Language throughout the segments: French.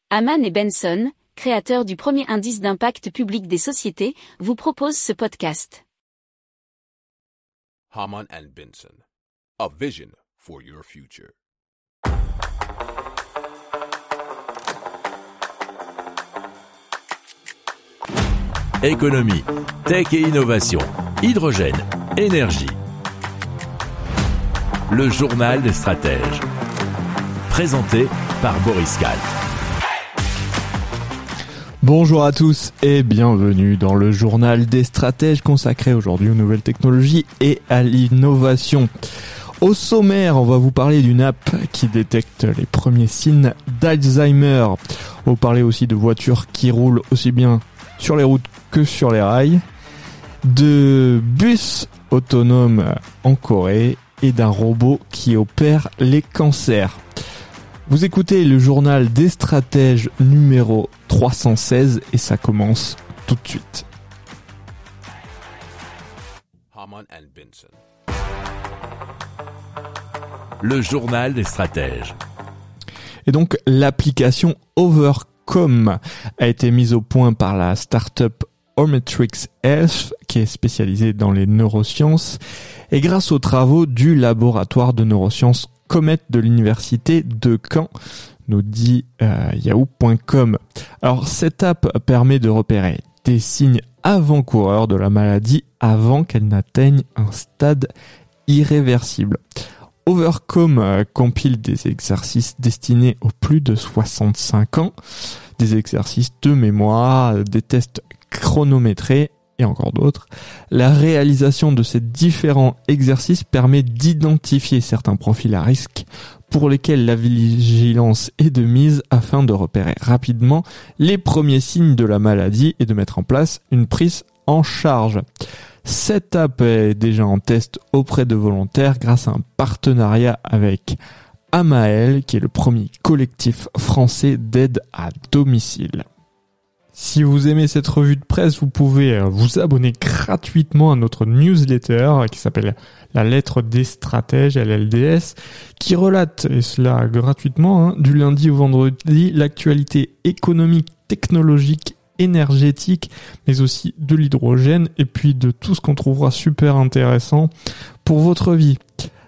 Harman & Benson, créateurs du premier indice d'impact public des sociétés, vous proposent ce podcast. Harman & Benson, a vision for your future. Économie, tech et innovation, hydrogène, énergie. Le journal des stratèges. Présenté par Boris Kahl. Bonjour à tous et bienvenue dans le journal des stratèges consacré aujourd'hui aux nouvelles technologies et à l'innovation. Au sommaire, on va vous parler d'une app qui détecte les premiers signes d'Alzheimer. On va vous parler aussi de voitures qui roulent aussi bien sur les routes que sur les rails, de bus autonomes en Corée et d'un robot qui opère les cancers. Vous écoutez le journal des stratèges numéro 316 et ça commence tout de suite. Harman & Benson. Le journal des stratèges. Et donc l'application Overcome a été mise au point par la start-up Ometrix Health qui est spécialisée dans les neurosciences et grâce aux travaux du laboratoire de neurosciences Comet de l'université de Caen, nous dit yahoo.com. Alors cette app permet de repérer des signes avant-coureurs de la maladie avant qu'elle n'atteigne un stade irréversible. Overcome compile des exercices destinés aux plus de 65 ans, des exercices de mémoire, des tests chronométrés et encore d'autres. La réalisation de ces différents exercices permet d'identifier certains profils à risque pour lesquels la vigilance est de mise afin de repérer rapidement les premiers signes de la maladie et de mettre en place une prise en charge. Cette app est déjà en test auprès de volontaires grâce à un partenariat avec Amael, qui est le premier collectif français d'aide à domicile. Si vous aimez cette revue de presse, vous pouvez vous abonner gratuitement à notre newsletter qui s'appelle La Lettre des Stratèges, LLDS, qui relate, et cela gratuitement, du lundi au vendredi, l'actualité économique, technologique, énergétique, mais aussi de l'hydrogène et puis de tout ce qu'on trouvera super intéressant pour votre vie.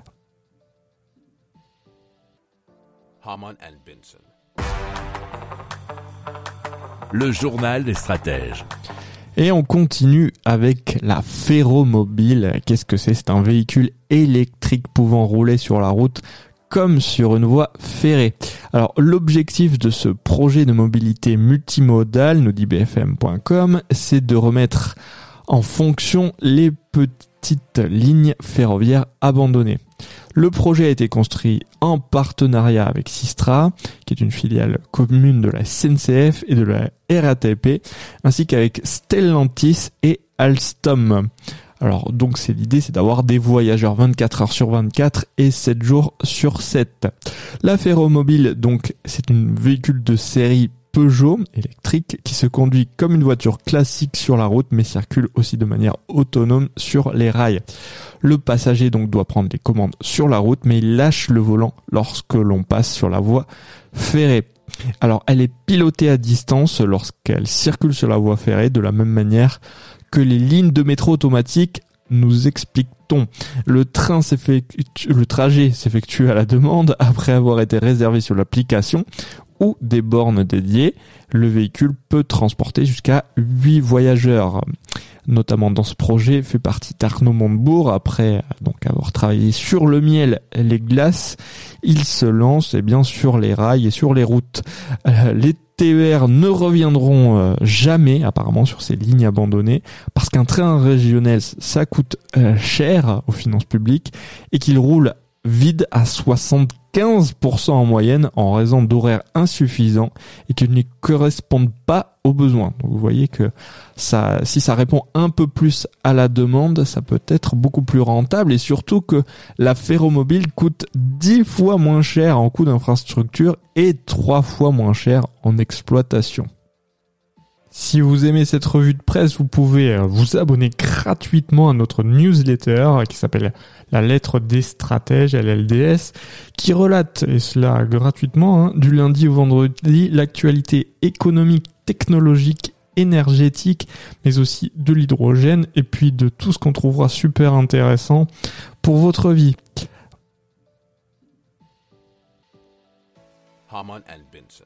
Harman & Benson. Le journal des stratèges. Et on continue avec la Ferromobile. Qu'est-ce que c'est ? C'est un véhicule électrique pouvant rouler sur la route comme sur une voie ferrée. Alors l'objectif de ce projet de mobilité multimodale, nous dit bfm.com, c'est de remettre en fonction les petites lignes ferroviaires abandonnées. Le projet a été construit en partenariat avec Systra, qui est une filiale commune de la SNCF et de la RATP, ainsi qu'avec Stellantis et Alstom. Alors donc l'idée c'est d'avoir des voyageurs 24 heures sur 24 et 7 jours sur 7. La Ferromobile donc c'est un véhicule de série Peugeot électrique qui se conduit comme une voiture classique sur la route mais circule aussi de manière autonome sur les rails. Le passager donc doit prendre les commandes sur la route mais il lâche le volant lorsque l'on passe sur la voie ferrée. Alors elle est pilotée à distance lorsqu'elle circule sur la voie ferrée de la même manière que les lignes de métro automatiques, nous explique-t-on. Le trajet s'effectue à la demande après avoir été réservé sur l'application ou des bornes dédiées. Le véhicule peut transporter jusqu'à 8 voyageurs. Notamment dans ce projet fait partie d'Arnaud Montebourg. Après donc avoir travaillé sur le miel et les glaces, il se lance sur les rails et sur les routes. Les TER ne reviendront jamais apparemment sur ces lignes abandonnées parce qu'un train régional ça coûte cher aux finances publiques et qu'il roule vide à 75% en moyenne en raison d'horaires insuffisants et qui ne correspondent pas aux besoins. Donc vous voyez que si ça répond un peu plus à la demande, ça peut être beaucoup plus rentable et surtout que la Ferromobile coûte 10 fois moins cher en coût d'infrastructure et 3 fois moins cher en exploitation. Si vous aimez cette revue de presse, vous pouvez vous abonner gratuitement à notre newsletter qui s'appelle La Lettre des Stratèges, LLDS, qui relate, et cela gratuitement, du lundi au vendredi, l'actualité économique, technologique, énergétique, mais aussi de l'hydrogène, et puis de tout ce qu'on trouvera super intéressant pour votre vie. Harman and Benson.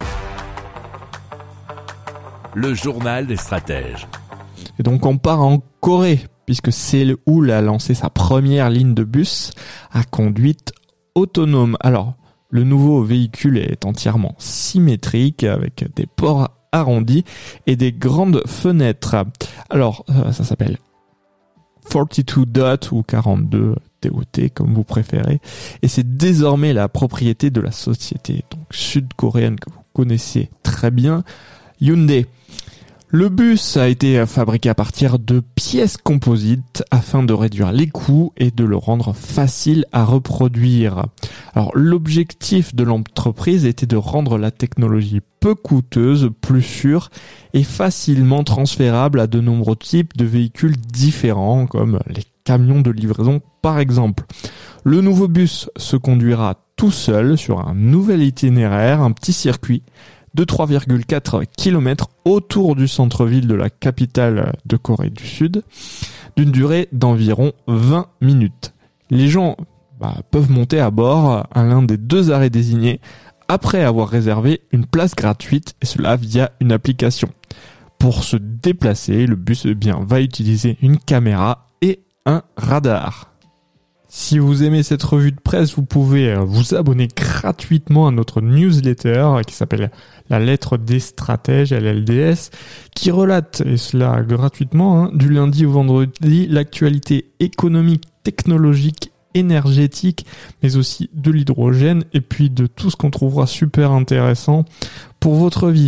Le journal des stratèges. Et donc on part en Corée, puisque Séoul a lancé sa première ligne de bus à conduite autonome. Alors, le nouveau véhicule est entièrement symétrique, avec des ports arrondis et des grandes fenêtres. Alors, ça s'appelle 42 DOT ou 42 TOT, comme vous préférez. Et c'est désormais la propriété de la société donc sud-coréenne que vous connaissez très bien, Hyundai. Le bus a été fabriqué à partir de pièces composites afin de réduire les coûts et de le rendre facile à reproduire. Alors, l'objectif de l'entreprise était de rendre la technologie peu coûteuse, plus sûre et facilement transférable à de nombreux types de véhicules différents, comme les camions de livraison par exemple. Le nouveau bus se conduira tout seul sur un nouvel itinéraire, un petit circuit de 3,4 km autour du centre-ville de la capitale de Corée du Sud, d'une durée d'environ 20 minutes. Les gens peuvent monter à bord à l'un des 2 arrêts désignés après avoir réservé une place gratuite, et cela via une application. Pour se déplacer, le bus va utiliser une caméra et un radar. Si vous aimez cette revue de presse, vous pouvez vous abonner gratuitement à notre newsletter qui s'appelle La Lettre des Stratèges, LLDS, qui relate, et cela gratuitement, du lundi au vendredi, l'actualité économique, technologique, énergétique, mais aussi de l'hydrogène, et puis de tout ce qu'on trouvera super intéressant pour votre vie.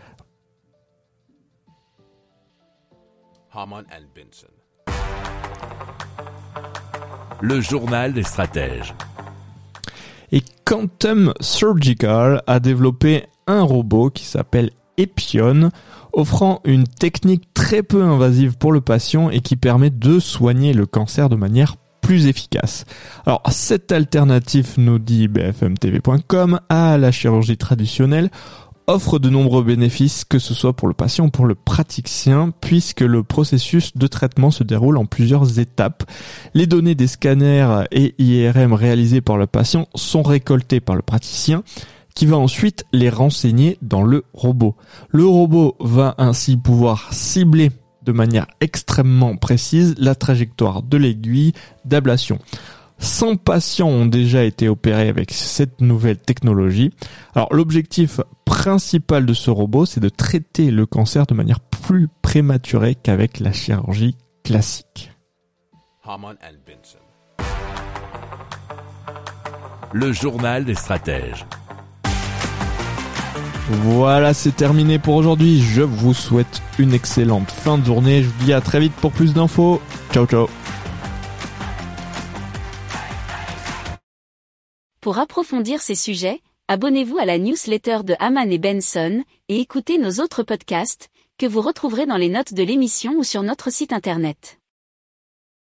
Harman and Benson. Le journal des stratèges. Et Quantum Surgical a développé un robot qui s'appelle Epion, offrant une technique très peu invasive pour le patient et qui permet de soigner le cancer de manière plus efficace. Alors, cette alternative, nous dit bfmtv.com, à la chirurgie traditionnelle, offre de nombreux bénéfices, que ce soit pour le patient ou pour le praticien, puisque le processus de traitement se déroule en plusieurs étapes. Les données des scanners et IRM réalisés par le patient sont récoltées par le praticien, qui va ensuite les renseigner dans le robot. Le robot va ainsi pouvoir cibler de manière extrêmement précise la trajectoire de l'aiguille d'ablation. 100 patients ont déjà été opérés avec cette nouvelle technologie. Alors, l'objectif principal de ce robot, c'est de traiter le cancer de manière plus prématurée qu'avec la chirurgie classique. Harman and Benson. Le journal des stratèges. Voilà, c'est terminé pour aujourd'hui. Je vous souhaite une excellente fin de journée. Je vous dis à très vite pour plus d'infos. Ciao, ciao. Pour approfondir ces sujets, abonnez-vous à la newsletter de Harman et Benson et écoutez nos autres podcasts que vous retrouverez dans les notes de l'émission ou sur notre site internet.